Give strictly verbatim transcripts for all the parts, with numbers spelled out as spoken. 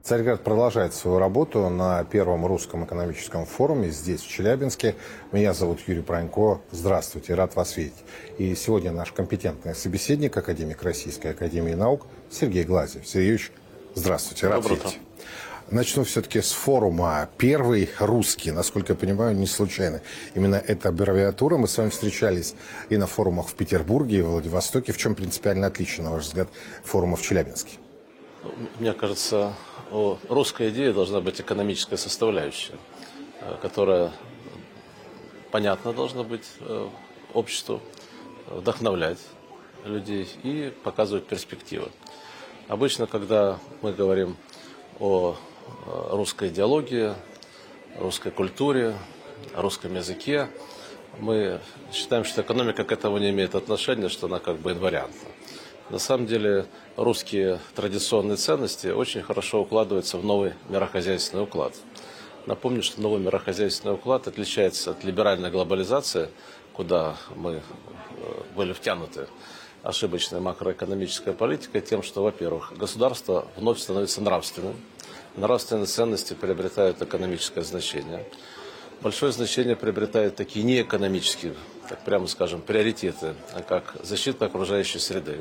Царьград продолжает свою работу на первом русском экономическом форуме здесь, в Челябинске. Меня зовут Юрий Пронько. Здравствуйте, рад вас видеть. И сегодня наш компетентный собеседник, академик Российской академии наук Сергей Глазьев. Сергеевич, здравствуйте, рад Доброе видеть. Начну все-таки с форума. Первый русский, насколько я понимаю, не случайно. Именно эта аббревиатура. Мы с вами встречались и на форумах в Петербурге, и в Владивостоке. В чем принципиально отличие, на ваш взгляд, форума в Челябинске? Мне кажется, у русской идеи должна быть экономическая составляющая, которая, понятно, должна быть обществу, вдохновлять людей и показывать перспективы. Обычно, когда мы говорим о русской идеологии, русской культуре, русском языке, мы считаем, что экономика к этому не имеет отношения, что она как бы инвариантна. На самом деле русские традиционные ценности очень хорошо укладываются в новый мирохозяйственный уклад. Напомню, что новый мирохозяйственный уклад отличается от либеральной глобализации, куда мы были втянуты ошибочной макроэкономической политикой, тем, что, во-первых, государство вновь становится нравственным, нравственные ценности приобретают экономическое значение. Большое значение приобретают такие неэкономические, так прямо скажем, приоритеты, как защита окружающей среды,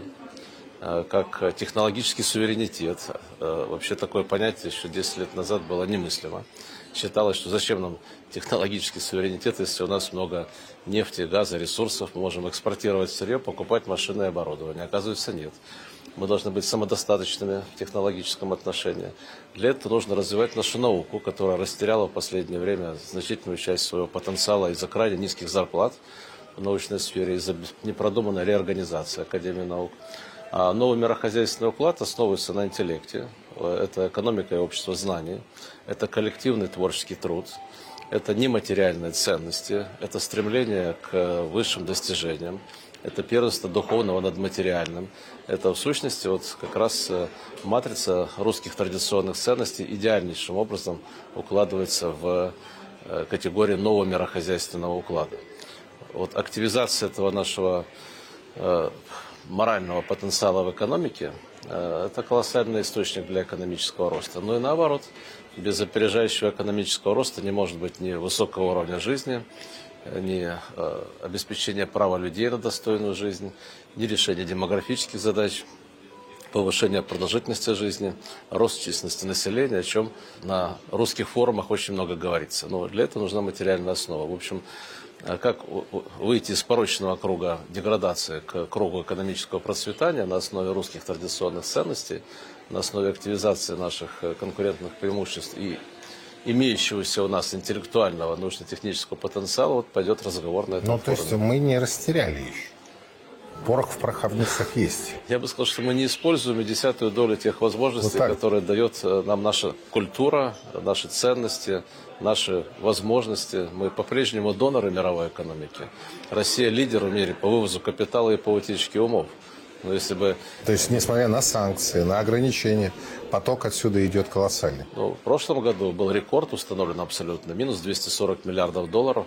как технологический суверенитет. Вообще такое понятие еще десять лет назад было немыслимо. Считалось, что зачем нам технологический суверенитет, если у нас много нефти, газа, ресурсов, мы можем экспортировать сырье, покупать машины и оборудование. Оказывается, нет. Мы должны быть самодостаточными в технологическом отношении. Для этого нужно развивать нашу науку, которая растеряла в последнее время значительную часть своего потенциала из-за крайне низких зарплат в научной сфере, из-за непродуманной реорганизации Академии наук. А новый мирохозяйственный уклад основывается на интеллекте. Это экономика и общество знаний, это коллективный творческий труд, это нематериальные ценности, это стремление к высшим достижениям, это первенство духовного над материальным. Это в сущности вот как раз матрица русских традиционных ценностей идеальнейшим образом укладывается в категорию нового мирохозяйственного уклада. Вот активизация этого нашего морального потенциала в экономике – это колоссальный источник для экономического роста. Но и наоборот, без опережающего экономического роста не может быть ни высокого уровня жизни, ни обеспечения права людей на достойную жизнь, ни решения демографических задач, повышения продолжительности жизни, рост численности населения, о чем на русских форумах очень много говорится. Но для этого нужна материальная основа. В общем, как выйти из порочного круга деградации к кругу экономического процветания на основе русских традиционных ценностей, на основе активизации наших конкурентных преимуществ и имеющегося у нас интеллектуального научно-технического потенциала, вот пойдет разговор на этом Ну, форуме. то есть мы не растеряли еще. Порох в пороховницах есть. Я бы сказал, что мы не используем и десятую долю тех возможностей, Вот которые дает нам наша культура, наши ценности, наши возможности. Мы по-прежнему доноры мировой экономики. Россия лидер в мире по вывозу капитала и по утечке умов. Но если бы... То есть, несмотря на санкции, на ограничения, поток отсюда идет колоссальный. Ну, в прошлом году был рекорд установлен абсолютно, минус двести сорок миллиардов долларов.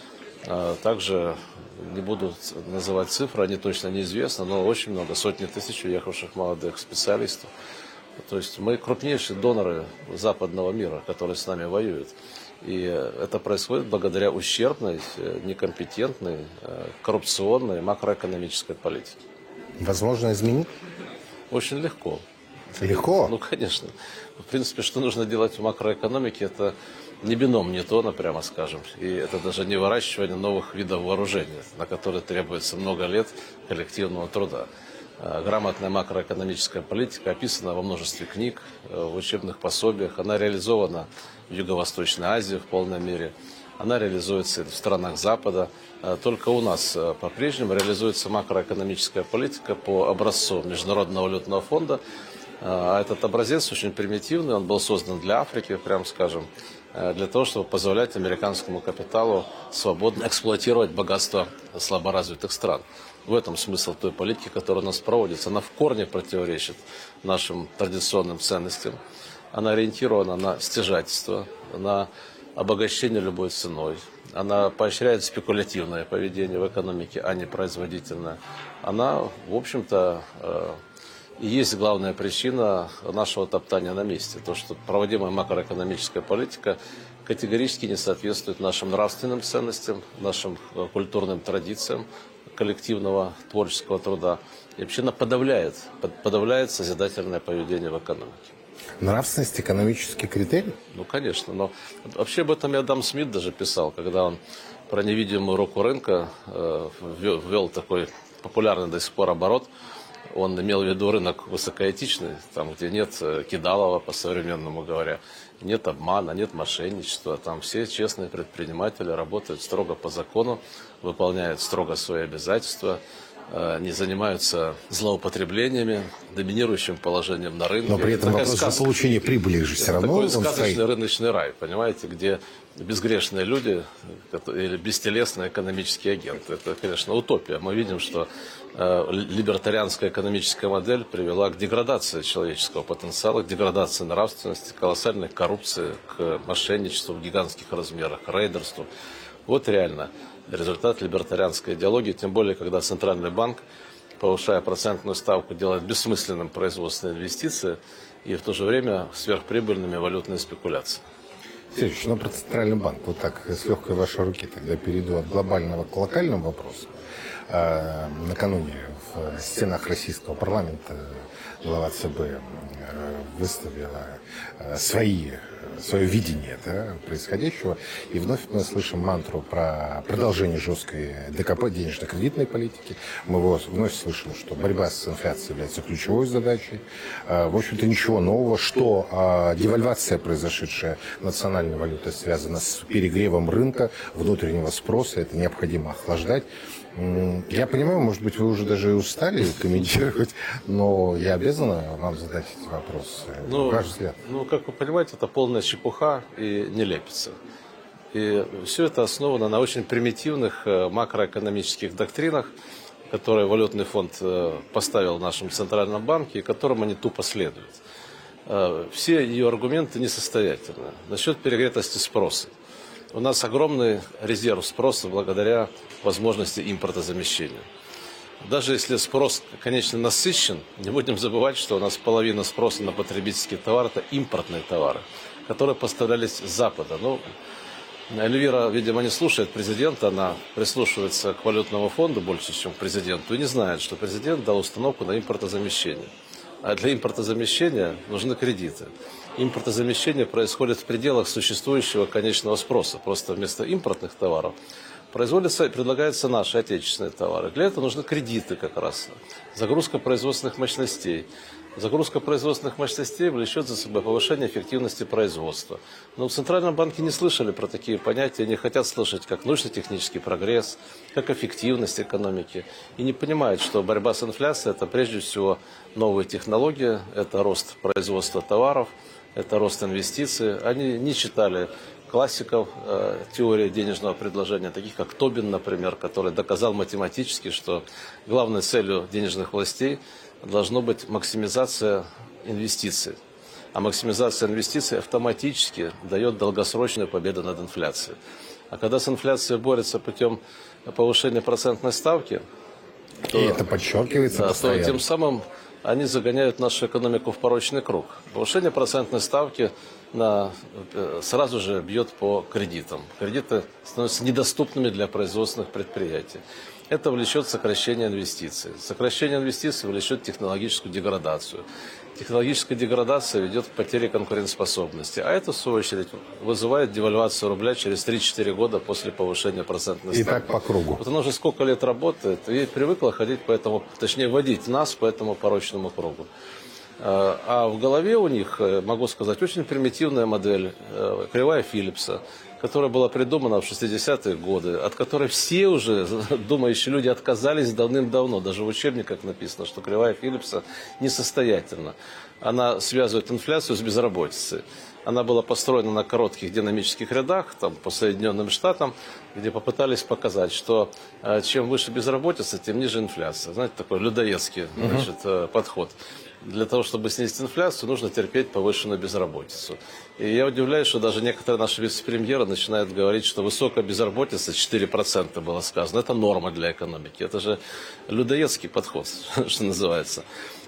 Также не буду называть цифры, они точно неизвестны, но очень много, сотни тысяч уехавших молодых специалистов. То есть мы крупнейшие доноры западного мира, которые с нами воюют. И это происходит благодаря ущербной, некомпетентной, коррупционной макроэкономической политике. Возможно изменить? Очень легко. Легко? Ну, конечно. В принципе, что нужно делать в макроэкономике, это не бином Ньютона, прямо скажем. И это даже не выращивание новых видов вооружения, на которые требуется много лет коллективного труда. Грамотная макроэкономическая политика описана во множестве книг, в учебных пособиях. Она реализована в Юго-Восточной Азии в полной мере. Она реализуется в странах Запада. Только у нас по-прежнему реализуется макроэкономическая политика по образцу Международного валютного фонда. А этот образец очень примитивный, он был создан для Африки, прям скажем, для того, чтобы позволять американскому капиталу свободно эксплуатировать богатство слаборазвитых стран. В этом смысл той политики, которая у нас проводится. Она в корне противоречит нашим традиционным ценностям. Она ориентирована на стяжательство, на обогащение любой ценой. Она поощряет спекулятивное поведение в экономике, а не производительное. Она, в общем-то, и есть главная причина нашего топтания на месте. То, что проводимая макроэкономическая политика категорически не соответствует нашим нравственным ценностям, нашим культурным традициям коллективного творческого труда. И вообще она подавляет, подавляет созидательное поведение в экономике. Нравственность – экономический критерий? Ну, конечно. Но вообще об этом и Адам Смит даже писал, когда он про невидимую руку рынка э, ввел, ввел такой популярный до сих пор оборот. Он имел в виду рынок высокоэтичный, там, где нет кидалова, по-современному говоря, нет обмана, нет мошенничества. Там все честные предприниматели работают строго по закону, выполняют строго свои обязательства, не занимаются злоупотреблениями, доминирующим положением на рынке. Но при этом вопрос о получении прибыли же все равно. Такой сказочный стоит. Рыночный рай, понимаете, где безгрешные люди или бестелесные экономические агенты. Это, конечно, утопия. Мы видим, что э, либертарианская экономическая модель привела к деградации человеческого потенциала, к деградации нравственности, к колоссальной коррупции, к мошенничеству в гигантских размерах, к рейдерству. Вот реально результат либертарианской идеологии, тем более, когда Центральный банк, повышая процентную ставку, делает бессмысленным производственные инвестиции и в то же время сверхприбыльными валютные спекуляции. Сергей, ну про Центральный банк, вот так с легкой вашей руки тогда перейду от глобального к локальному вопросу. А, накануне в стенах российского парламента глава ЦБ выставила свои, свое видение, да, происходящего. И вновь мы слышим мантру про продолжение жесткой ДКП, денежно-кредитной политики. Мы вновь слышим, что борьба с инфляцией является ключевой задачей. В общем-то, ничего нового, что девальвация, произошедшая национальной валютой, связана с перегревом рынка, внутреннего спроса. Это необходимо охлаждать. Я понимаю, может быть, вы уже даже и устали комментировать, но я обязан вам задать эти вопросы. Ну, ваш взгляд. Ну, как вы понимаете, это полная чепуха и нелепица. И все это основано на очень примитивных макроэкономических доктринах, которые валютный фонд поставил в нашем Центральном банке и которым они тупо следуют. Все ее аргументы несостоятельны. Насчет перегретости спроса. У нас огромный резерв спроса благодаря возможности импортозамещения. Даже если спрос, конечно, насыщен, не будем забывать, что у нас половина спроса на потребительские товары – это импортные товары, которые поставлялись с Запада. Ну, Эльвира, видимо, не слушает президента, она прислушивается к валютному фонду больше, чем к президенту, и не знает, что президент дал установку на импортозамещение. А для импортозамещения нужны кредиты. Импортозамещение происходит в пределах существующего конечного спроса. Просто вместо импортных товаров производятся, предлагаются наши отечественные товары. Для этого нужны кредиты как раз. Загрузка производственных мощностей. Загрузка производственных мощностей влечет за собой повышение эффективности производства. Но в Центральном банке не слышали про такие понятия, не хотят слышать, как научно-технический прогресс, как эффективность экономики. И не понимают, что борьба с инфляцией – это прежде всего новые технологии, это рост производства товаров, это рост инвестиций. Они не читали классиков э, теории денежного предложения, таких как Тобин, например, который доказал математически, что главной целью денежных властей должна быть максимизация инвестиций. А максимизация инвестиций автоматически дает долгосрочную победу над инфляцией. А когда с инфляцией борется путем повышения процентной ставки, то, и это подчеркивается да, постоянно. то тем самым они загоняют нашу экономику в порочный круг. Повышение процентной ставки на, сразу же бьет по кредитам. Кредиты становятся недоступными для производственных предприятий. Это влечет сокращение инвестиций. Сокращение инвестиций влечет технологическую деградацию. Технологическая деградация ведет к потере конкурентоспособности. А это, в свою очередь, вызывает девальвацию рубля через три-четыре года после повышения процентной ставки. И так по кругу. Вот она уже сколько лет работает и привыкла ходить по этому, точнее, водить нас по этому порочному кругу. А в голове у них, могу сказать, очень примитивная модель, кривая Филлипса, которая была придумана в шестидесятые годы, от которой все уже думающие люди отказались давным-давно. Даже в учебниках написано, что кривая Филлипса несостоятельна. Она связывает инфляцию с безработицей. Она была построена на коротких динамических рядах, там, по Соединенным Штатам, где попытались показать, что э, чем выше безработица, тем ниже инфляция. Знаете, такой людоедский, значит, э, подход. Для того, чтобы снизить инфляцию, нужно терпеть повышенную безработицу. И я удивляюсь, что даже некоторые наши вице-премьеры начинают говорить, что высокая безработица, четыре процента было сказано, это норма для экономики. Это же людоедский подход, что называется.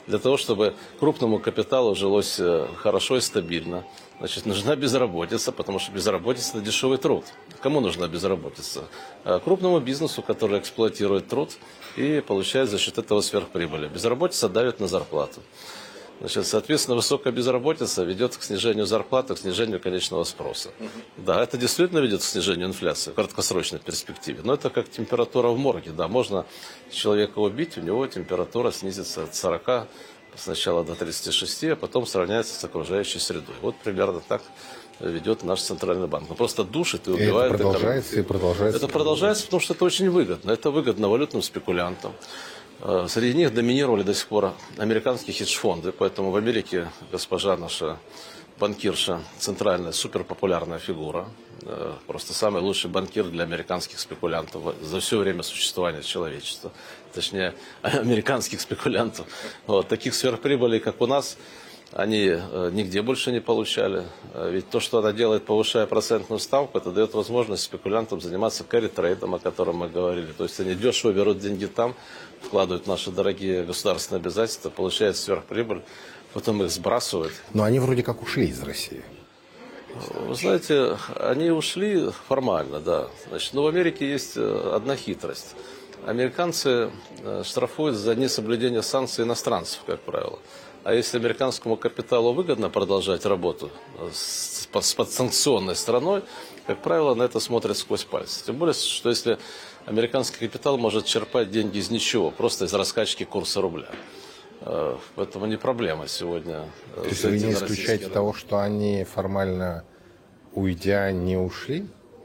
Для того, чтобы крупному капиталу жилось хорошо и стабильно, значит, нужна безработица, потому что безработица – это дешевый труд. Кому нужна безработица? Крупному бизнесу, который эксплуатирует труд и получает за счет этого сверхприбыли. Безработица давит на зарплату. Значит, соответственно, высокая безработица ведет к снижению зарплаты, к снижению конечного спроса. Да, это действительно ведет к снижению инфляции в краткосрочной перспективе. Но это как температура в морге. Да, можно человека убить, у него температура снизится от сорока сначала до тридцати шести, а потом сравняется с окружающей средой. Вот примерно так ведет наш центральный банк. Но просто душит и убивает. И это продолжается, и продолжается. Это продолжается, потому что это очень выгодно. Это выгодно валютным спекулянтам. Среди них доминировали до сих пор американские хедж-фонды, поэтому в Америке госпожа наша банкирша центральная, суперпопулярная фигура, просто самый лучший банкир для американских спекулянтов за все время существования человечества, точнее, американских спекулянтов. Вот, таких сверхприбылей, как у нас, они нигде больше не получали. Ведь то, что она делает, повышая процентную ставку, это дает возможность спекулянтам заниматься carry-трейдом, о котором мы говорили. То есть они дешево берут деньги там, вкладывают в наши дорогие государственные обязательства, получают сверхприбыль, потом их сбрасывают. Но они вроде как ушли из России. Вы знаете, они ушли формально, да. Значит, но в Америке есть одна хитрость. Американцы штрафуют за несоблюдение санкций иностранцев, как правило. А если американскому капиталу выгодно продолжать работу с, с подсанкционной страной, как правило, на это смотрят сквозь пальцы. Тем более, что если американский капитал может черпать деньги из ничего, просто из раскачки курса рубля. Поэтому не проблема сегодня. То есть вы не исключаете того, что они формально, уйдя, не ушли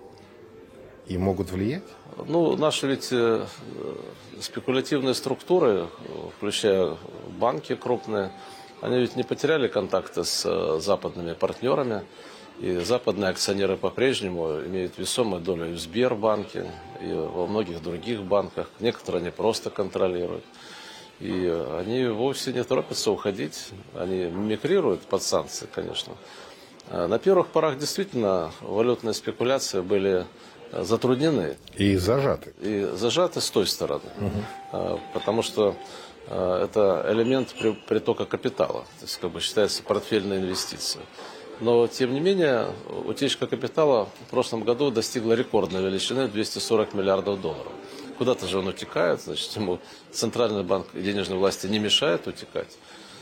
и могут влиять? Ну, наши ведь э, спекулятивные структуры, включая банки крупные, они ведь не потеряли контакты с э, западными партнерами. И западные акционеры по-прежнему имеют весомую долю и в Сбербанке, и во многих других банках. Некоторые они просто контролируют. И они вовсе не торопятся уходить. Они мимикрируют под санкции, конечно. На первых порах действительно валютные спекуляции были затруднены. И зажаты. И зажаты с той стороны. Угу. Потому что это элемент притока капитала. То есть, как бы считается, портфельная инвестиция. Но, тем не менее, утечка капитала в прошлом году достигла рекордной величины двести сорок миллиардов долларов. Куда-то же он утекает, значит, ему Центральный банк и денежные власти не мешают утекать.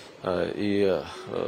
И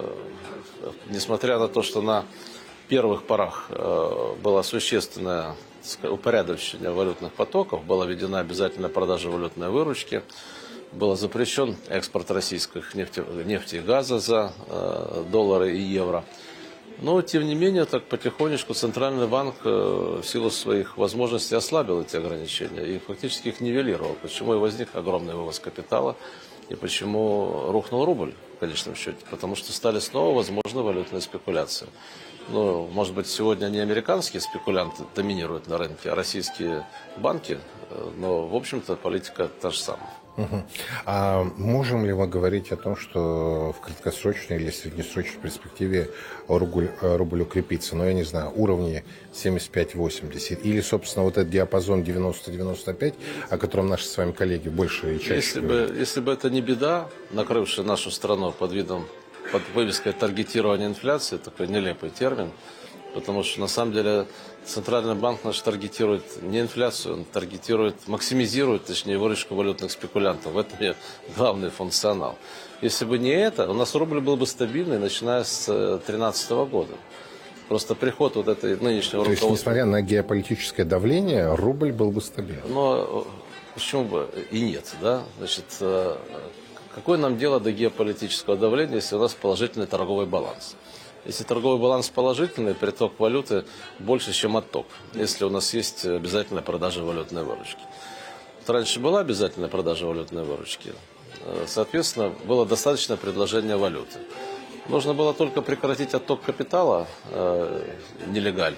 несмотря на то, что на первых порах было существенное упорядочение валютных потоков, была введена обязательная продажа валютной выручки, был запрещен экспорт российских нефти, нефти и газа за доллары и евро. Но, тем не менее, так потихонечку Центральный банк в силу своих возможностей ослабил эти ограничения и фактически их нивелировал. Почему и возник огромный вывоз капитала, и почему рухнул рубль в конечном счете. Потому что стали снова возможны валютные спекуляции. Ну, может быть, сегодня не американские спекулянты доминируют на рынке, а российские банки, но, в общем-то, политика та же самая. Угу. А можем ли мы говорить о том, что в краткосрочной или среднесрочной перспективе рубль, рубль укрепится? Ну, я не знаю, уровни семьдесят пять восемьдесят. Или, собственно, вот этот диапазон девяносто девяносто пять, о котором наши с вами коллеги больше и чаще если говорят. бы, если бы это не беда, накрывшая нашу страну под видом, под вывеской таргетирования инфляции, такой нелепый термин, потому что, на самом деле, Центральный банк наш таргетирует не инфляцию, он таргетирует, максимизирует, точнее, выручку валютных спекулянтов. В этом и главный функционал. Если бы не это, у нас рубль был бы стабильный, начиная с две тысячи тринадцатого года. Просто приход вот этой нынешнего руководства... То есть, несмотря на геополитическое давление, рубль был бы стабильным? Но почему бы и нет, да? Значит, какое нам дело до геополитического давления, если у нас положительный торговый баланс? Если торговый баланс положительный, приток валюты больше, чем отток, если у нас есть обязательная продажа валютной выручки. Вот раньше была обязательная продажа валютной выручки, соответственно, было достаточное предложение валюты. Нужно было только прекратить отток капитала э, нелегальный,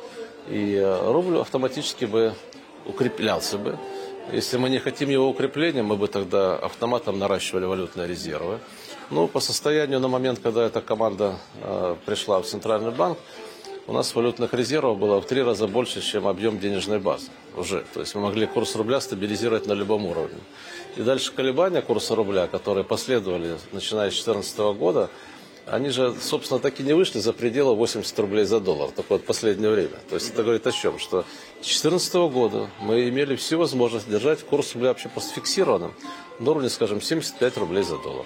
и рубль автоматически бы укреплялся бы. Если мы не хотим его укрепления, мы бы тогда автоматом наращивали валютные резервы. Ну, по состоянию на момент, когда эта команда э, пришла в Центральный банк, у нас валютных резервов было в три раза больше, чем объем денежной базы уже. То есть мы могли курс рубля стабилизировать на любом уровне. И дальше колебания курса рубля, которые последовали, начиная с две тысячи четырнадцатого года, они же, собственно, так и не вышли за пределы восемьдесят рублей за доллар, такое вот последнее время. То есть это говорит о чем? Что с две тысячи четырнадцатого года мы имели всю возможность держать курс рубля вообще просто фиксированным на уровне, скажем, семьдесят пять рублей за доллар.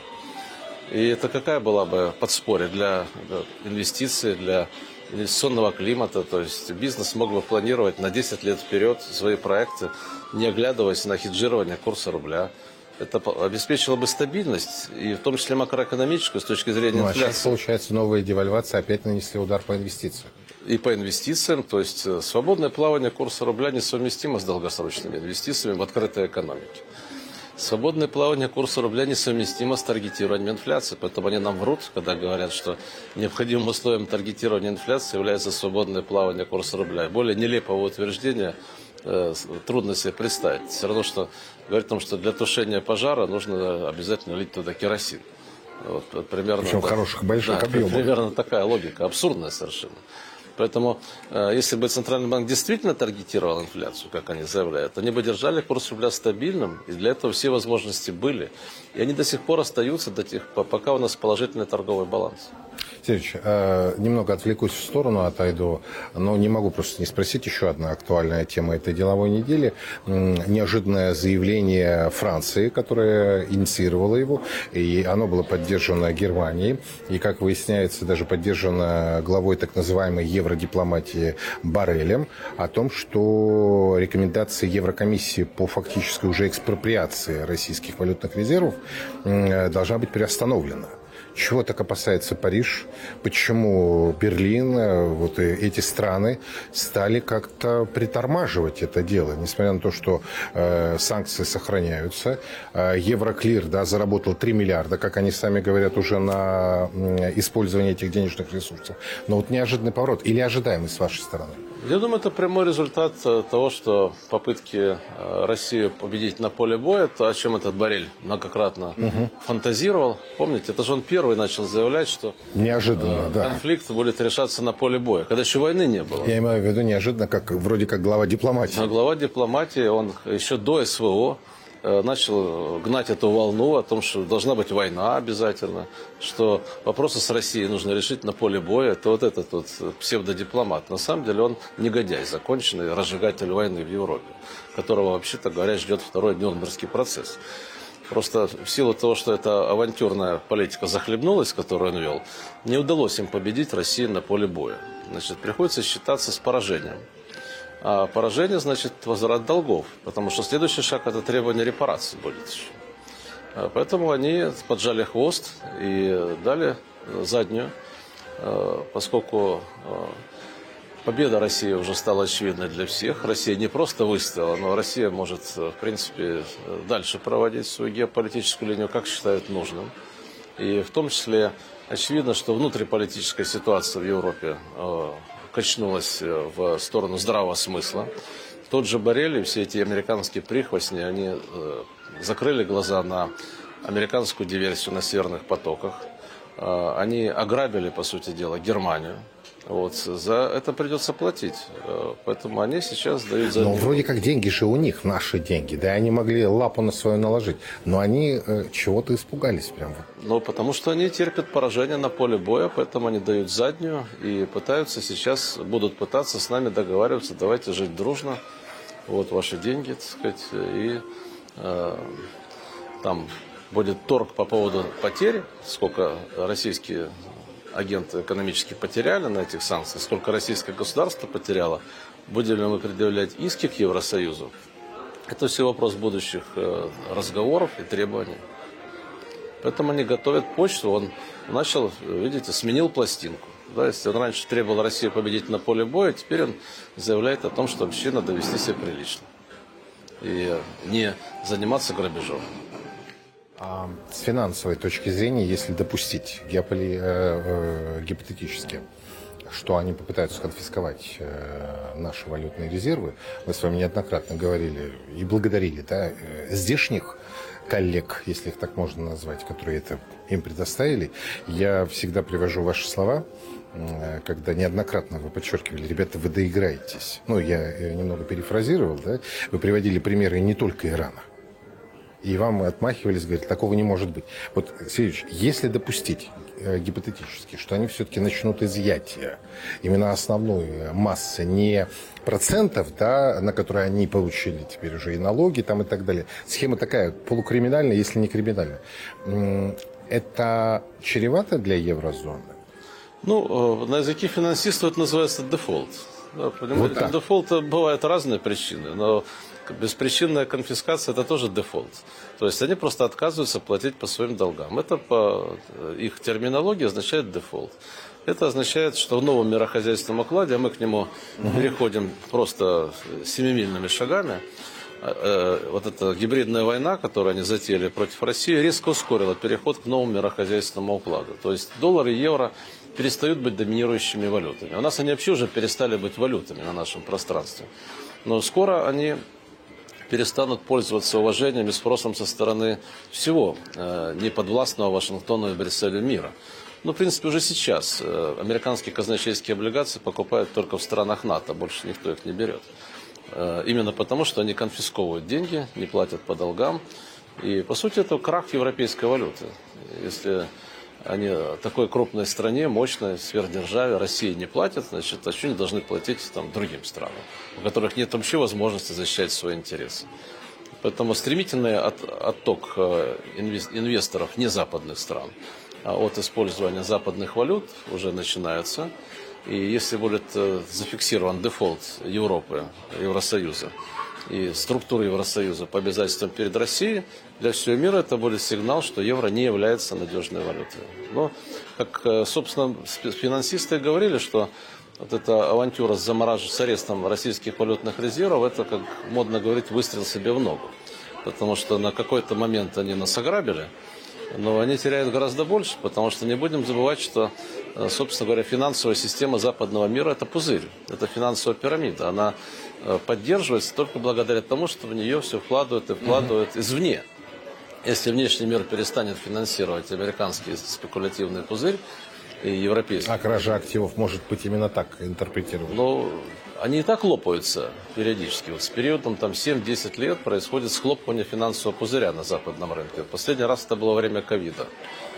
И это какая была бы подспорье для инвестиций, для инвестиционного климата? То есть бизнес мог бы планировать на десять лет вперед свои проекты, не оглядываясь на хеджирование курса рубля. Это обеспечило бы стабильность, и в том числе макроэкономическую, с точки зрения ну, инфляции. А сейчас, получается, новые девальвации опять нанесли удар по инвестициям. И по инвестициям, то есть свободное плавание курса рубля несовместимо с долгосрочными инвестициями в открытой экономике. Свободное плавание курса рубля несовместимо с таргетированием инфляции, поэтому они нам врут, когда говорят, что необходимым условием таргетирования инфляции является свободное плавание курса рубля. Более нелепого утверждения трудно себе представить. Все равно, что говорит о том, что для тушения пожара нужно обязательно лить туда керосин. Вот, примерно, Причем да, хороших, больших да, объемов. Примерно такая логика, абсурдная совершенно. Поэтому, если бы Центральный банк действительно таргетировал инфляцию, как они заявляют, они бы держали курс рубля стабильным, и для этого все возможности были. И они до сих пор остаются, до тех, пока у нас положительный торговый баланс. Сергеевич, э, немного отвлекусь в сторону, отойду, но не могу просто не спросить. Еще одна актуальная тема этой деловой недели. Неожиданное заявление Франции, которое инициировало его, и оно было поддержано Германией, и, как выясняется, даже поддержано главой так называемой евродипломатии Боррелем, о том, что рекомендации Еврокомиссии по фактической уже экспроприации российских валютных резервов должна быть приостановлена. Чего так опасается Париж? Почему Берлин, вот эти страны стали как-то притормаживать это дело? Несмотря на то, что э, санкции сохраняются. Э, Евроклир, да, заработал три миллиарда, как они сами говорят, уже на э, использование этих денежных ресурсов. Но вот неожиданный поворот или ожидаемый с вашей стороны? Я думаю, это прямой результат того, что попытки России победить на поле боя, то, о чем этот Боррель многократно угу. фантазировал. Помните, это же он первый начал заявлять, что неожиданно, да. конфликт будет решаться на поле боя, когда еще войны не было. Я имею в виду неожиданно, как вроде как глава дипломатии. А глава дипломатии, он еще до СВО начал гнать эту волну о том, что должна быть война обязательно, что вопросы с Россией нужно решить на поле боя. Это вот этот вот псевдодипломат. На самом деле он негодяй, законченный разжигатель войны в Европе, которого, вообще-то говоря, ждет второй Нюрнбергский процесс. Просто в силу того, что эта авантюрная политика захлебнулась, которую он вел, не удалось им победить Россию на поле боя. Значит, приходится считаться с поражением. А поражение, значит, возврат долгов, потому что следующий шаг – это требование репараций будет еще. Поэтому они поджали хвост и дали заднюю, поскольку победа России уже стала очевидной для всех. Россия не просто выстояла, но Россия может, в принципе, дальше проводить свою геополитическую линию, как считает нужным. И в том числе очевидно, что внутриполитическая ситуация в Европе качнулась в сторону здравого смысла. Тот же Боррель и все эти американские прихвостни, они э, закрыли глаза на американскую диверсию на северных потоках. Э, они ограбили, по сути дела, Германию. Вот, за это придется платить. Э, поэтому они сейчас дают за... Но вроде как деньги же у них, наши деньги. Да, они могли лапу на свою наложить. Но они э, чего-то испугались прям. Ну, потому что они терпят поражение на поле боя, поэтому они дают заднюю и пытаются сейчас, будут пытаться с нами договариваться, давайте жить дружно, вот ваши деньги, так сказать, и э, там будет торг по поводу потери, сколько российские агенты экономически потеряли на этих санкциях, сколько российское государство потеряло, будем ли мы предъявлять иски к Евросоюзу. Это все вопрос будущих э, разговоров и требований. Поэтому они готовят почту. Он начал, видите, сменил пластинку. Да, если он раньше требовал Россию победить на поле боя, теперь он заявляет о том, что вообще надо вести себя прилично. И не заниматься грабежом. А с финансовой точки зрения, если допустить геополи... э, э, гипотетически, что они попытаются конфисковать э, наши валютные резервы, мы с вами неоднократно говорили и благодарили, да, э, здешних коллег, если их так можно назвать, которые это им предоставили, я всегда привожу ваши слова, когда неоднократно вы подчеркивали, ребята, вы доиграетесь. Ну, я немного перефразировал, да? Вы приводили примеры не только Ирана. И вам отмахивались, говорят, такого не может быть. Вот, Сергеевич, если допустить э, гипотетически, что они все-таки начнут изъятие именно основной массы, не процентов, да, на которые они получили теперь уже и налоги там и так далее, схема такая полукриминальная, если не криминальная, это чревато для еврозоны? Ну, на языке финансистов это называется дефолт. Да, понимаете, вот дефолта бывают разные причины, но беспричинная конфискация – это тоже дефолт. То есть они просто отказываются платить по своим долгам. Это по их терминологии означает дефолт. Это означает, что в новом мирохозяйственном укладе, а мы к нему переходим просто семимильными шагами, вот эта гибридная война, которую они затеяли против России, резко ускорила переход к новому мирохозяйственному укладу. То есть доллар и евро перестают быть доминирующими валютами. У нас они вообще уже перестали быть валютами на нашем пространстве. Но скоро они перестанут пользоваться уважением и спросом со стороны всего э, неподвластного Вашингтону и Брюсселю мира. Ну, в принципе, уже сейчас э, американские казначейские облигации покупают только в странах НАТО, больше никто их не берет. Э, именно потому, что они конфисковывают деньги, не платят по долгам. И, по сути, это крах европейской валюты. Если они такой крупной стране, мощной, сверхдержаве, России не платят, значит, а что они должны платить там, другим странам, у которых нет вообще возможности защищать свои интересы. Поэтому стремительный от, отток инвесторов не западных стран, а от использования западных валют уже начинается. И если будет зафиксирован дефолт Европы, Евросоюза, и структуры Евросоюза по обязательствам перед Россией, для всего мира это будет сигнал, что евро не является надежной валютой. Но, как, собственно, финансисты говорили, что вот эта авантюра с замораживанием, с арестом российских валютных резервов, это, как модно говорить, выстрел себе в ногу. Потому что на какой-то момент они нас ограбили, но они теряют гораздо больше, потому что не будем забывать, что, собственно говоря, финансовая система западного мира – это пузырь, это финансовая пирамида. Она поддерживается только благодаря тому, что в нее все вкладывают и вкладывают mm-hmm. извне. Если внешний мир перестанет финансировать американский спекулятивный пузырь и европейский... А кража активов может быть именно так интерпретирована? Ну, они и так лопаются периодически. Вот с периодом там, семь-десять лет происходит схлопывание финансового пузыря на западном рынке. Последний раз это было во время ковида.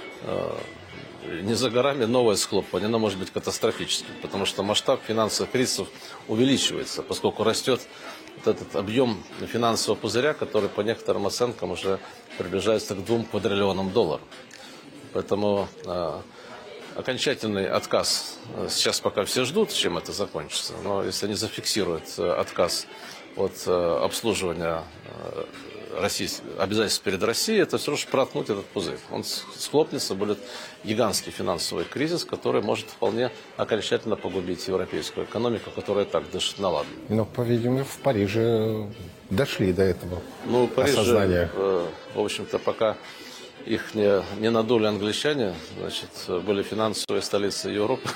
Не за горами новое схлопывание, оно может быть катастрофическим, потому что масштаб финансовых кризисов увеличивается, поскольку растет вот этот объем финансового пузыря, который по некоторым оценкам уже приближается к двум квадриллионам долларов. Поэтому э, окончательный отказ, сейчас пока все ждут, чем это закончится, но если они зафиксируют отказ от э, обслуживания э, Российств, обязательств перед Россией, это все равно проткнуть этот пузырь. Он схлопнется, будет гигантский финансовый кризис, который может вполне окончательно погубить европейскую экономику, которая так дышит на ладан. Но, по-видимому, в Париже дошли до этого ну, Париж, осознания. Э, в общем-то, пока их не, не надули англичане, значит, были финансовые столицы Европы.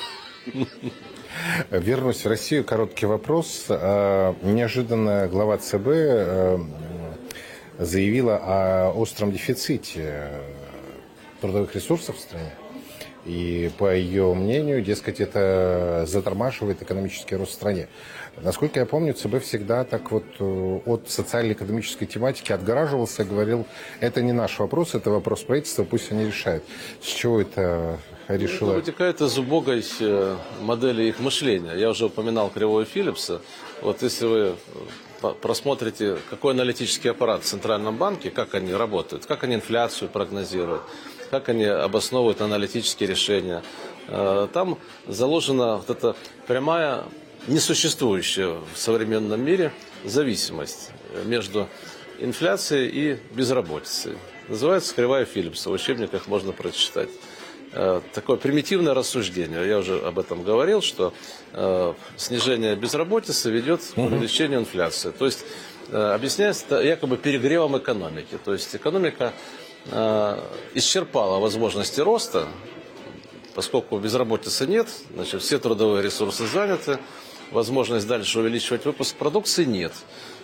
Вернусь в Россию. Короткий вопрос. Неожиданно глава ЦБ заявила о остром дефиците трудовых ресурсов в стране. И по ее мнению, дескать, это затормаживает экономический рост в стране. Насколько я помню, ЦБ всегда так вот от социально-экономической тематики отгораживался, говорил, это не наш вопрос, это вопрос правительства, пусть они решают. С чего это решило? Это вытекает из убогой модели их мышления. Я уже упоминал кривую Филлипса. Вот если вы просмотрите, какой аналитический аппарат в Центральном банке, как они работают, как они инфляцию прогнозируют, как они обосновывают аналитические решения. Там заложена вот эта прямая, несуществующая в современном мире зависимость между инфляцией и безработицей. Называется кривая Филлипса, в учебниках можно прочитать. Такое примитивное рассуждение, я уже об этом говорил, что э, снижение безработицы ведет к увеличению инфляции. То есть э, объясняется это якобы перегревом экономики. То есть экономика э, исчерпала возможности роста, поскольку безработицы нет, значит, все трудовые ресурсы заняты, возможность дальше увеличивать выпуск продукции нет.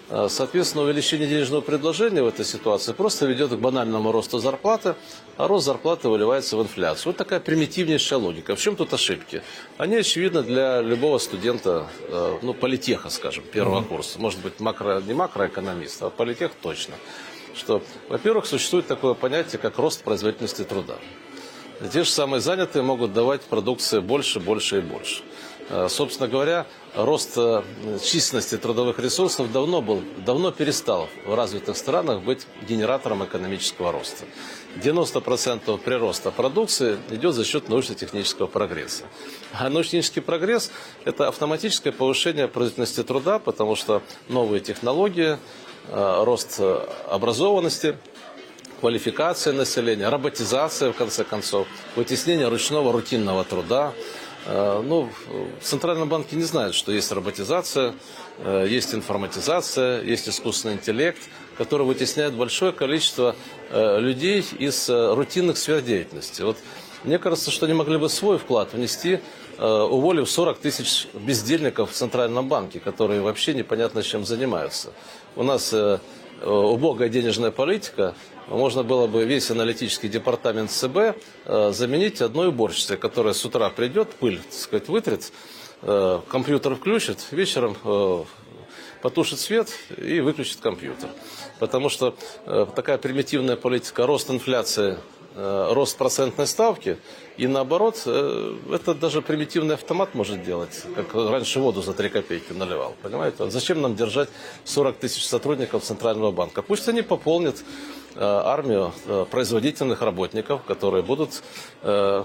Соответственно, увеличение денежного предложения в этой ситуации просто ведет к банальному росту зарплаты, а рост зарплаты выливается в инфляцию. Вот такая примитивнейшая логика. В чем тут ошибки? Они очевидны для любого студента, ну, политеха, скажем, первого mm-hmm. курса. Может быть, макро, не макроэкономиста, а политех точно. Что, во-первых, существует такое понятие, как рост производительности труда. Те же самые занятые могут давать продукции больше, больше и больше. Собственно говоря, рост численности трудовых ресурсов давно, был, давно перестал в развитых странах быть генератором экономического роста. девяносто процентов прироста продукции идет за счет научно-технического прогресса. А научно-технический прогресс – это автоматическое повышение производительности труда, потому что новые технологии, рост образованности, квалификация населения, роботизация, в конце концов, вытеснение ручного рутинного труда. Ну, в Центральном банке не знают, что есть роботизация, есть информатизация, есть искусственный интеллект, который вытесняет большое количество людей из рутинных сфер деятельности. Вот мне кажется, что они могли бы свой вклад внести, уволив сорок тысяч бездельников в Центральном банке, которые вообще непонятно чем занимаются. У нас убогая денежная политика. Можно было бы весь аналитический департамент ЦБ э, заменить одной уборщицей, которая с утра придет, пыль, так сказать, вытрет, э, компьютер включит, вечером э, потушит свет и выключит компьютер. Потому что э, такая примитивная политика, рост инфляции, э, рост процентной ставки, и наоборот, э, это даже примитивный автомат может делать, как раньше воду за три копейки наливал. Понимаете? Зачем нам держать сорок тысяч сотрудников Центрального банка? Пусть они пополнят армию производительных работников, которые будут э,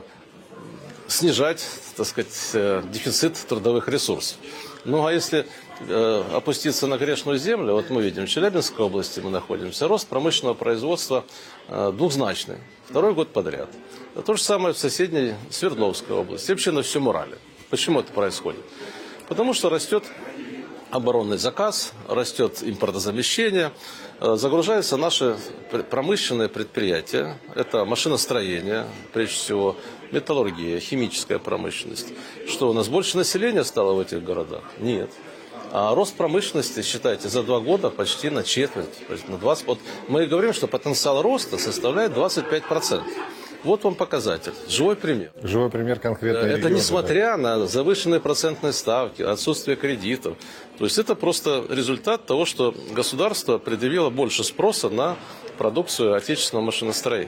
снижать, так сказать, дефицит трудовых ресурсов. Ну, а если э, опуститься на грешную землю, вот мы видим, в Челябинской области мы находимся, рост промышленного производства э, двухзначный, второй год подряд. А то же самое в соседней Свердловской области, вообще на всем Урале. Почему это происходит? Потому что растет оборонный заказ, растет импортозамещение, загружаются наши промышленные предприятия. Это машиностроение, прежде всего, металлургия, химическая промышленность. Что, у нас больше населения стало в этих городах? Нет. А рост промышленности, считайте, за два года почти на четверть, на двадцать. Вот мы говорим, что потенциал роста составляет двадцать пять процентов. Вот вам показатель. Живой пример. Живой пример конкретно. Это несмотря на завышенные процентные ставки, отсутствие кредитов. То есть это просто результат того, что государство предъявило больше спроса на продукцию отечественного машиностроения.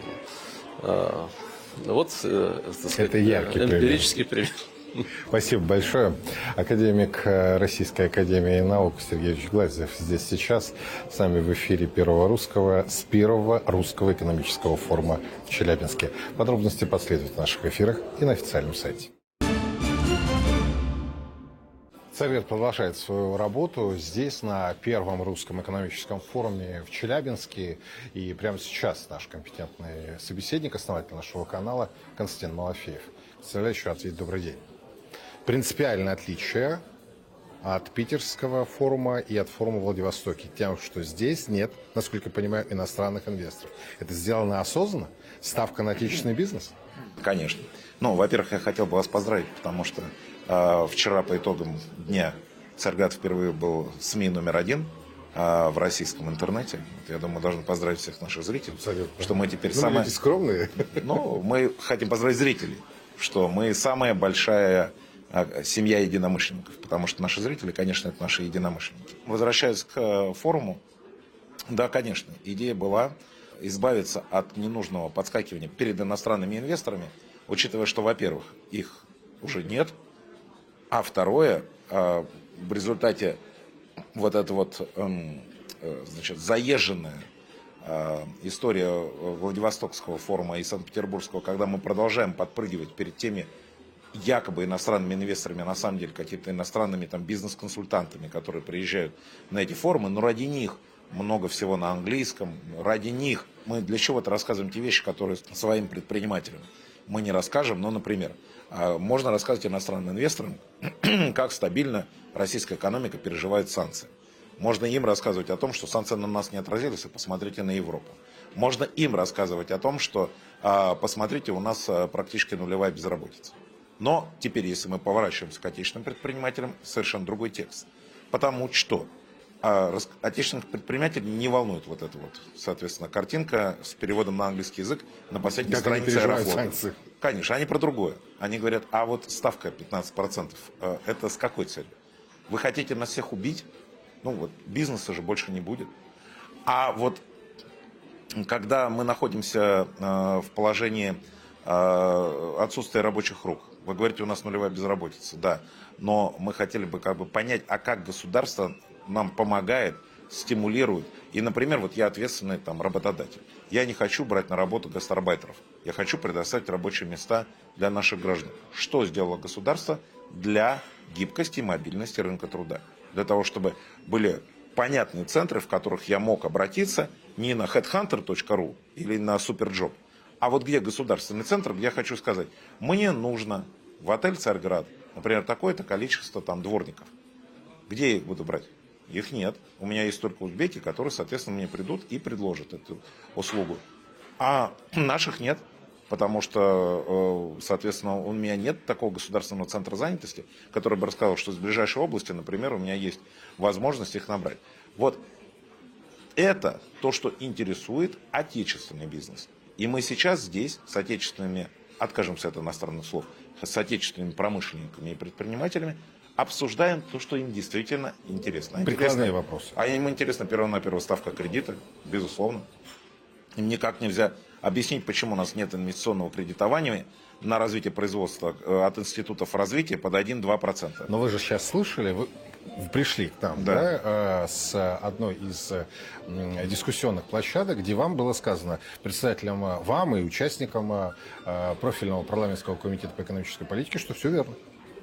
Вот, так сказать, это яркий эмпирический пример. Спасибо большое. Академик Российской академии наук Сергей Юрьевич Глазьев здесь сейчас с нами в эфире Первого Русского с первого русского экономического форума в Челябинске. Подробности последуют в наших эфирах и на официальном сайте. Совет продолжает свою работу здесь, на Первом Русском экономическом форуме в Челябинске. И прямо сейчас наш компетентный собеседник, основатель нашего канала Константин Малафеев. Представляющий ответ. Добрый день. Принципиальное отличие от питерского форума и от форума в Владивостоке тем, что здесь нет, насколько я понимаю, иностранных инвесторов. Это сделано осознанно? Ставка на отечественный бизнес? Конечно. Ну, во-первых, я хотел бы вас поздравить, потому что э, вчера по итогам дня Царьград впервые был СМИ номер один э, в российском интернете. Я думаю, должны поздравить всех наших зрителей, абсолютно, что мы теперь ну, самые... люди скромные. Ну, мы хотим поздравить зрителей, что мы самая большая семья единомышленников, потому что наши зрители, конечно, это наши единомышленники. Возвращаясь к форуму, да, конечно, идея была избавиться от ненужного подскакивания перед иностранными инвесторами, учитывая, что, во-первых, их уже нет, а второе, в результате вот эта вот, значит, заезженная история Владивостокского форума и Санкт-Петербургского, когда мы продолжаем подпрыгивать перед теми якобы иностранными инвесторами, а на самом деле какими-то иностранными там бизнес-консультантами, которые приезжают на эти форумы, но ради них много всего на английском, ради них мы для чего-то рассказываем те вещи, которые своим предпринимателям мы не расскажем. Ну, например, можно рассказывать иностранным инвесторам, как стабильно российская экономика переживает санкции. Можно им рассказывать о том, что санкции на нас не отразились, и посмотрите на Европу. Можно им рассказывать о том, что посмотрите, у нас практически нулевая безработица. Но теперь, если мы поворачиваемся к отечественным предпринимателям, совершенно другой текст. Потому что А рас- отечественных предпринимателей не волнует вот эта вот, соответственно, картинка с переводом на английский язык на последней Как они странице переживают Аэрофлота. санкции. Конечно, они про другое. Они говорят, а вот ставка пятнадцать процентов, э, это с какой целью? Вы хотите нас всех убить? Ну вот, бизнеса же больше не будет. А вот когда мы находимся э, в положении э, отсутствия рабочих рук, вы говорите, у нас нулевая безработица, да, но мы хотели бы как бы понять, а как государство нам помогает, стимулирует. И, например, вот я ответственный там работодатель. Я не хочу брать на работу гастарбайтеров. Я хочу предоставить рабочие места для наших граждан. Что сделало государство для гибкости и мобильности рынка труда? Для того, чтобы были понятные центры, в которых я мог обратиться не на хедхантер точка ру или на суперджоп, а вот где государственный центр, где я хочу сказать, мне нужно в отель «Царьград», например, такое-то количество там дворников. Где я их буду брать? Их нет. У меня есть только узбеки, которые, соответственно, мне придут и предложат эту услугу. А наших нет, потому что, соответственно, у меня нет такого государственного центра занятости, который бы рассказал, что из ближайшей области, например, у меня есть возможность их набрать. Вот это то, что интересует отечественный бизнес. И мы сейчас здесь с отечественными, откажемся от иностранных слов, с отечественными промышленниками и предпринимателями обсуждаем то, что им действительно интересно. Прикладные вопросы. А им интересна первонаперво ставка кредита, безусловно. Им никак нельзя объяснить, почему у нас нет инвестиционного кредитования на развитие производства от институтов развития под один-два процента. Но вы же сейчас слышали, вы пришли к нам, Да. да, э, с одной из э, м, дискуссионных площадок, где вам было сказано, представителям э, вам и участникам э, профильного парламентского комитета по экономической политике, что все верно.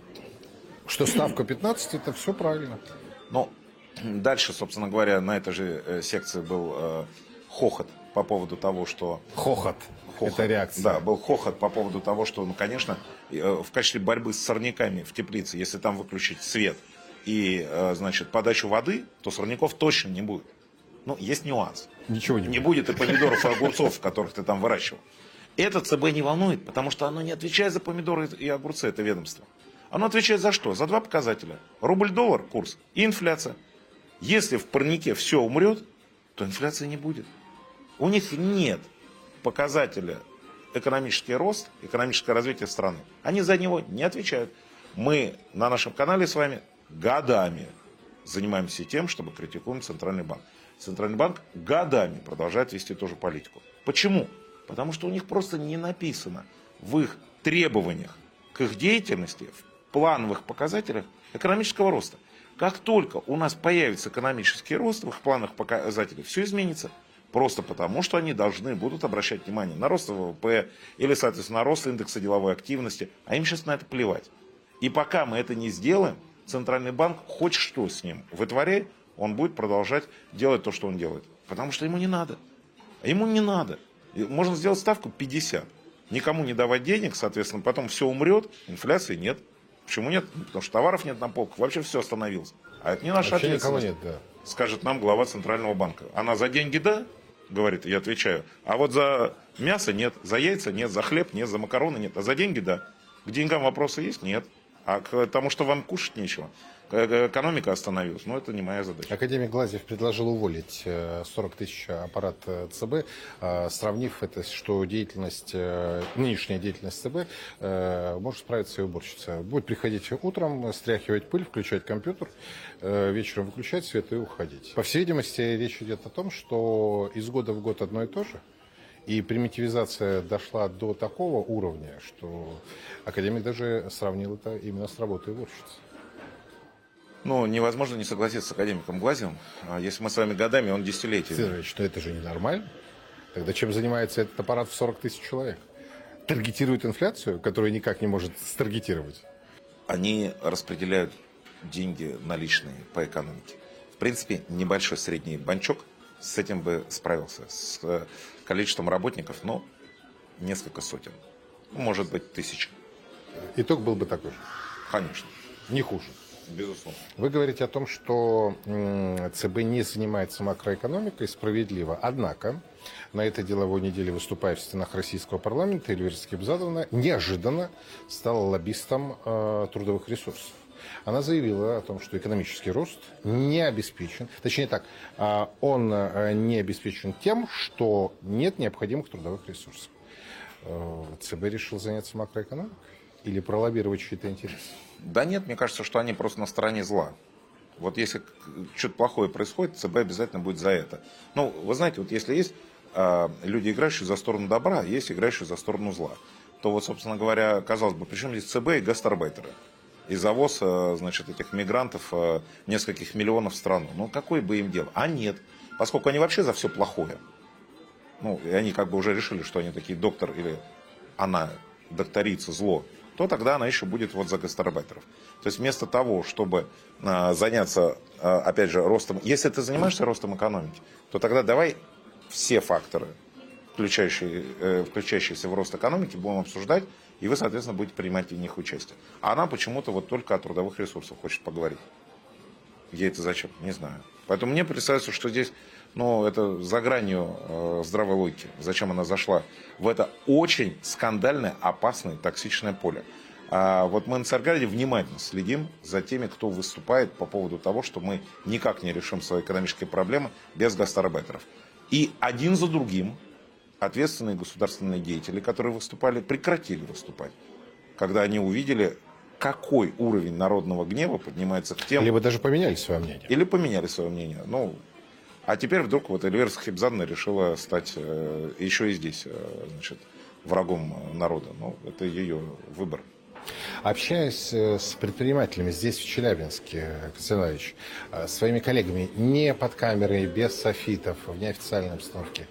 Что ставка пятнадцать, это все правильно. Ну, дальше, собственно говоря, на этой же э, секции был э, хохот по поводу того, что... Хохот. Хохот. Это реакция. Да, был хохот по поводу того, что, ну, конечно, э, в качестве борьбы с сорняками в теплице, если там выключить свет и, э, значит, подачу воды, то сорняков точно не будет. Ну, есть нюанс. Ничего не, Не будет и помидоров, и огурцов, которых ты там выращивал. Это ЦБ не волнует, потому что оно не отвечает за помидоры и огурцы, это ведомство. Оно отвечает за что? За два показателя. Рубль-доллар, курс, и инфляция. Если в парнике все умрет, то инфляции не будет. У них нет показателя экономический рост, экономическое развитие страны. Они за него не отвечают. Мы на нашем канале с вами годами занимаемся тем, чтобы критикуем Центральный банк. Центральный банк годами продолжает вести ту же политику. Почему? Потому что у них просто не написано в их требованиях к их деятельности, в плановых показателях экономического роста. Как только у нас появится экономический рост в их плановых показателях, все изменится. Просто потому, что они должны будут обращать внимание на рост ВВП или, соответственно, на рост индекса деловой активности. А им сейчас на это плевать. И пока мы это не сделаем, Центральный банк хоть что с ним вытворяй, он будет продолжать делать то, что он делает. Потому что ему не надо. А ему не надо. Можно сделать ставку пятьдесят. Никому не давать денег, соответственно, потом все умрет, инфляции нет. Почему нет? Потому что товаров нет на полках, вообще все остановилось. А это не наша Вообще ответственность. никого нет, да. Скажет нам глава Центрального банка. Она за деньги да, говорит, я отвечаю. А вот за мясо нет, за яйца нет, за хлеб нет, за макароны нет. А за деньги да. К деньгам вопросы есть? Нет. А к тому, что вам кушать нечего, экономика остановилась. Но это не моя задача. Академик Глазьев предложил уволить сорок тысяч аппарат ЦБ, сравнив это, что деятельность, нынешняя деятельность ЦБ может справиться и уборщица. Будет приходить утром, стряхивать пыль, включать компьютер, вечером выключать свет и уходить. По всей видимости, речь идет о том, что из года в год одно и то же. И примитивизация дошла до такого уровня, что академик даже сравнил это именно с работой уборщицы. Ну, невозможно не согласиться с академиком Глазьевым. Если мы с вами годами, он десятилетиями. Сергей, что это же ненормально. Тогда чем занимается этот аппарат в сорок тысяч человек? Таргетирует инфляцию, которую никак не может старгетировать? Они распределяют деньги наличные по экономике. В принципе, небольшой средний банчок с этим бы справился. С количеством работников, но несколько сотен. Может быть, тысяча. Итог был бы такой же. Конечно. Не хуже. Безусловно. Вы говорите о том, что ЦБ не занимается макроэкономикой, справедливо. Однако, на этой деловой неделе, выступая в стенах российского парламента, Эльвира Скибзадовна неожиданно стала лоббистом э, трудовых ресурсов. Она заявила о том, что экономический рост не обеспечен, точнее так, он не обеспечен тем, что нет необходимых трудовых ресурсов. ЦБ решил заняться макроэкономикой или пролоббировать чьи-то интересы? Да нет, мне кажется, что они просто на стороне зла. Вот если что-то плохое происходит, ЦБ обязательно будет за это. Ну, вы знаете, вот если есть э, люди, играющие за сторону добра, есть играющие за сторону зла, то вот, собственно говоря, казалось бы, причем здесь ЦБ и гастарбайтеры? И завоз, э, значит, этих мигрантов э, нескольких миллионов в страну. Ну, какое бы им дело? А нет, поскольку они вообще за все плохое. Ну, и они как бы уже решили, что они такие доктор или она докторица зло, то тогда она еще будет вот за гастарбайтеров. То есть вместо того, чтобы э, заняться, э, опять же, ростом, если ты занимаешься ростом экономики, то тогда давай все факторы, включающие, э, включающиеся в рост экономики, будем обсуждать, и вы, соответственно, будете принимать в них участие. А она почему-то вот только о трудовых ресурсах хочет поговорить. Ей это зачем? Не знаю. Поэтому мне представляется, что здесь, ну, это за гранью э, здравой логики. Зачем она зашла в это очень скандальное, опасное, токсичное поле. А вот мы на Царьграде внимательно следим за теми, кто выступает по поводу того, что мы никак не решим свои экономические проблемы без гастарбайтеров. И один за другим ответственные государственные деятели, которые выступали, прекратили выступать, когда они увидели, какой уровень народного гнева поднимается к тем... Либо даже поменяли свое мнение. Или поменяли свое мнение. Ну, а теперь вдруг вот Эльвира Сахибзадовна решила стать э, еще и здесь, э, значит, врагом народа. Ну, это ее выбор. Общаясь с предпринимателями здесь, в Челябинске, Константин Иванович, своими коллегами, не под камерой, без софитов, в неофициальной обстановке,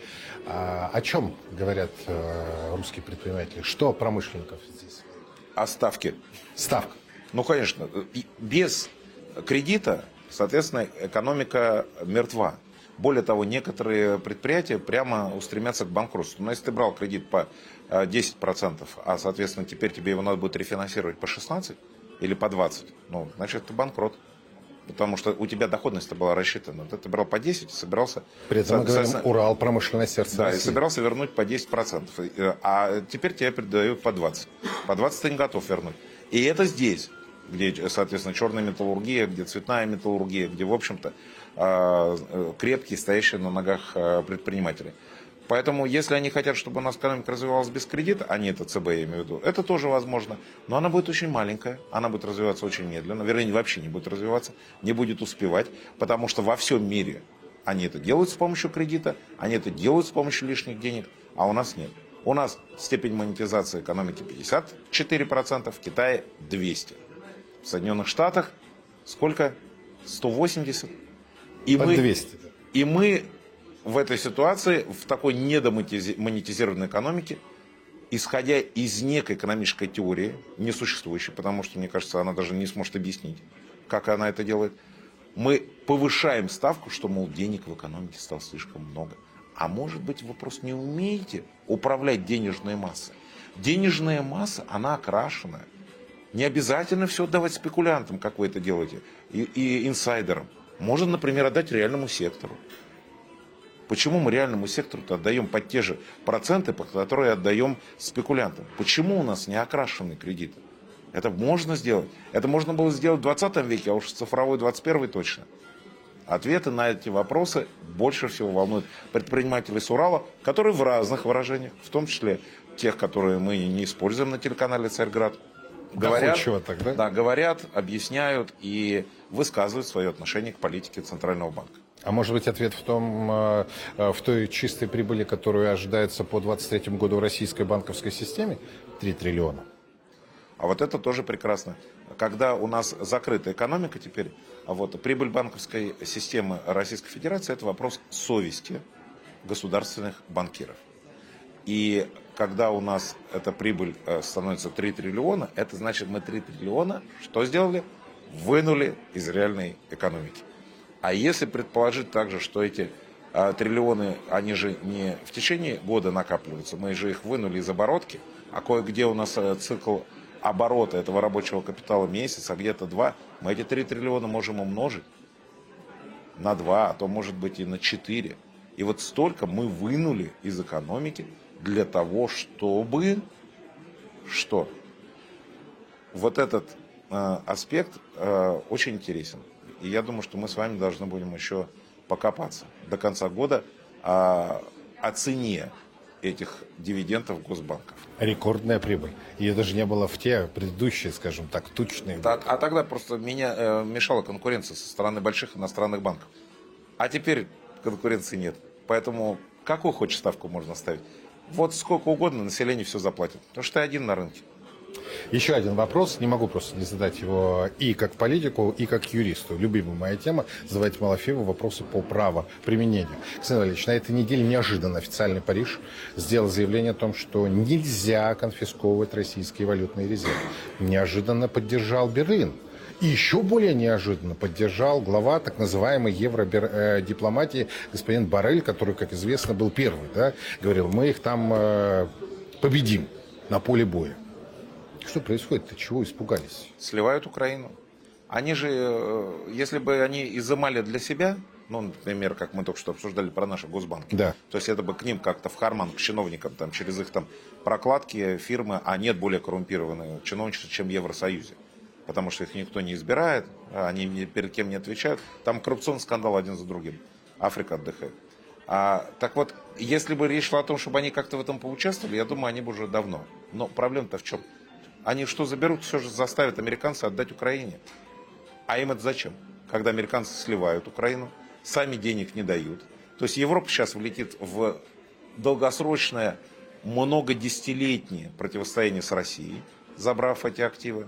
о чем говорят русские предприниматели? Что промышленников здесь? О ставке. Ставка. Ну, конечно. Без кредита, соответственно, экономика мертва. Более того, некоторые предприятия прямо устремятся к банкротству. Но если ты брал кредит по десять процентов, а, соответственно, теперь тебе его надо будет рефинансировать по шестнадцать или по двадцать, ну, значит, ты банкрот. Потому что у тебя доходность была рассчитана. Ты брал по десять, собирался... При этом мы говорим, Урал, промышленное сердце Да, России. И собирался вернуть по десять процентов. А теперь тебе передают по двадцать. По двадцать ты не готов вернуть. И это здесь, где, соответственно, черная металлургия, где цветная металлургия, где, в общем-то, крепкие, стоящие на ногах предприниматели. Поэтому, если они хотят, чтобы у нас экономика развивалась без кредита, а не это ЦБ, я имею в виду, это тоже возможно. Но она будет очень маленькая, она будет развиваться очень медленно, вернее, вообще не будет развиваться, не будет успевать, потому что во всем мире они это делают с помощью кредита, они это делают с помощью лишних денег, а у нас нет. У нас степень монетизации экономики пятьдесят четыре процента, в Китае двести процентов. В Соединенных Штатах сколько? сто восемьдесят процентов. И Под мы, двести. и мы в этой ситуации, в такой недомонетизированной экономике, исходя из некой экономической теории, несуществующей, потому что, мне кажется, она даже не сможет объяснить, как она это делает, мы повышаем ставку, что, мол, денег в экономике стало слишком много. А может быть, вы просто не умеете управлять денежной массой. Денежная масса, она окрашенная. Не обязательно все отдавать спекулянтам, как вы это делаете, и, и инсайдерам. Можно, например, отдать реальному сектору. Почему мы реальному сектору-то отдаем под те же проценты, по которые отдаем спекулянтам? Почему у нас не окрашенный кредит? Это можно сделать. Это можно было сделать в двадцатом веке, а уж в цифровой двадцать первый точно. Ответы на эти вопросы больше всего волнуют предпринимателей с Урала, которые в разных выражениях, в том числе тех, которые мы не используем на телеканале «Царьград», говорят, так, да? Да, говорят, объясняют и высказывают свое отношение к политике Центрального банка. А может быть, ответ в том, в той чистой прибыли, которую ожидается по двадцать третьему году в российской банковской системе? три триллиона. А вот это тоже прекрасно. Когда у нас закрыта экономика теперь, а вот прибыль банковской системы Российской Федерации – это вопрос совести государственных банкиров. И когда у нас эта прибыль становится три триллиона, это значит, мы три триллиона что сделали? Вынули из реальной экономики. А если предположить также, что эти а, триллионы, они же не в течение года накапливаются, мы же их вынули из оборотки, а кое-где у нас а, цикл оборота этого рабочего капитала месяц, а где-то два, мы эти три триллиона можем умножить на два, а то может быть и на четыре. И вот столько мы вынули из экономики для того, чтобы что? Вот этот э, аспект э, очень интересен. И я думаю, что мы с вами должны будем еще покопаться до конца года о, о цене этих дивидендов госбанков. Рекордная прибыль. Ее даже не было в те предыдущие, скажем так, тучные. А, а тогда просто меня э, мешала конкуренция со стороны больших иностранных банков. А теперь конкуренции нет. Поэтому какую хочешь ставку можно ставить? Вот сколько угодно население все заплатит. Потому что ты один на рынке. Еще один вопрос, не могу просто не задать его и как политику, и как юристу. Любимая моя тема – задавать Малафееву вопросы по правоприменению. Александр Валерьевич, на этой неделе неожиданно официальный Париж сделал заявление о том, что нельзя конфисковывать российские валютные резервы. Неожиданно поддержал Берлин. И еще более неожиданно поддержал глава так называемой евродипломатии господин Боррель, который, как известно, был первый, да, говорил, мы их там э, победим на поле боя. Что происходит-то? Чего испугались? Сливают Украину. Они же, если бы они изымали для себя, ну, например, как мы только что обсуждали про наши госбанки, да. То есть это бы к ним как-то в карман, к чиновникам, там, через их там прокладки фирмы, а нет более коррумпированные чиновничества, чем в Евросоюзе. Потому что их никто не избирает, они перед кем не отвечают. Там коррупционный скандал один за другим. Африка отдыхает. А, так вот, если бы речь шла о том, чтобы они как-то в этом поучаствовали, я думаю, они бы уже давно. Но проблема-то в чем? Они что заберут, все же заставят американцев отдать Украине. А им это зачем? Когда американцы сливают Украину, сами денег не дают. То есть Европа сейчас влетит в долгосрочное, многодесятилетнее противостояние с Россией, забрав эти активы.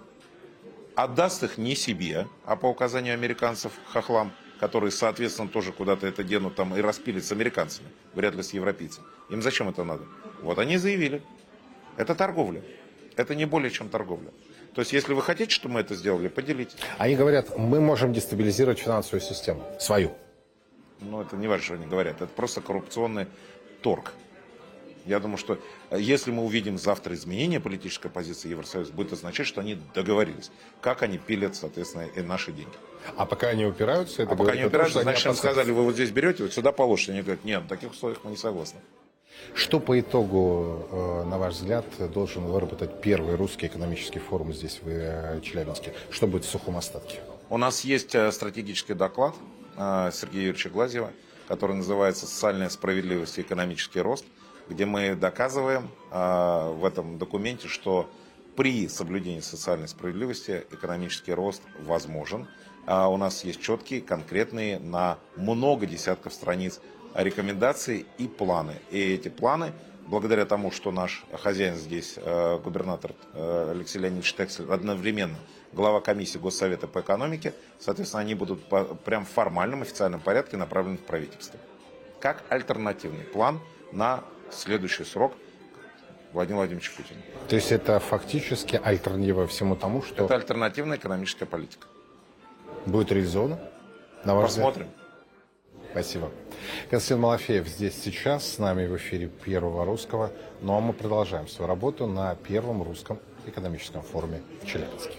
Отдаст их не себе, а по указанию американцев хохлам, которые, соответственно, тоже куда-то это денут там и распилят с американцами, вряд ли с европейцами. Им зачем это надо? Вот они заявили. Это торговля. Это не более чем торговля. То есть, если вы хотите, чтобы мы это сделали, поделитесь. Они говорят, мы можем дестабилизировать финансовую систему. Свою. Ну, это не важно, что они говорят. Это просто коррупционный торг. Я думаю, что если мы увидим завтра изменение политической позиции Евросоюза, будет означать, что они договорились. Как они пилят, соответственно, и наши деньги. А пока они упираются... Это а пока они упираются, том, значит, им сказали, вы вот здесь берете, вот сюда положите. Они говорят, нет, в таких условиях мы не согласны. Что по итогу, на ваш взгляд, должен выработать первый русский экономический форум здесь, в Челябинске? Что будет в сухом остатке? У нас есть стратегический доклад Сергея Юрьевича Глазьева, который называется «Социальная справедливость и экономический рост», где мы доказываем в этом документе, что при соблюдении социальной справедливости экономический рост возможен. У нас есть четкие, конкретные, на много десятков страниц рекомендации и планы. И эти планы, благодаря тому, что наш хозяин здесь, губернатор Алексей Леонидович Тексель, одновременно глава комиссии Госсовета по экономике, соответственно, они будут прям в формальном официальном порядке направлены в правительство. Как альтернативный план на следующий срок Владимира Владимировича Путина. То есть это фактически альтернатива всему тому, что... Это альтернативная экономическая политика. Будет реализована? На ваш Посмотрим. взгляд? Спасибо. Константин Малафеев здесь сейчас, с нами в эфире Первого Русского. Ну а мы продолжаем свою работу на Первом Русском экономическом форуме в Челябинске.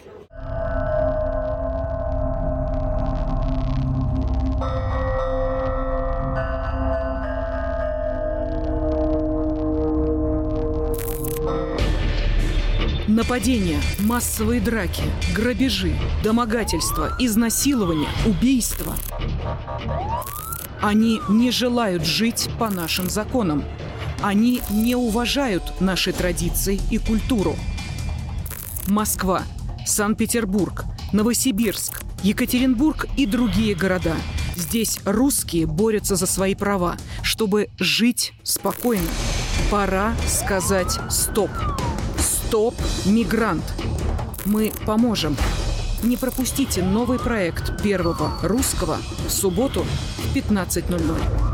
Нападения, массовые драки, грабежи, домогательства, изнасилования, убийства. Они не желают жить по нашим законам. Они не уважают наши традиции и культуру. Москва, Санкт-Петербург, Новосибирск, Екатеринбург и другие города. Здесь русские борются за свои права, чтобы жить спокойно. Пора сказать «стоп». «Стоп, мигрант». Мы поможем. Не пропустите новый проект Первого Русского в субботу в пятнадцать ноль ноль.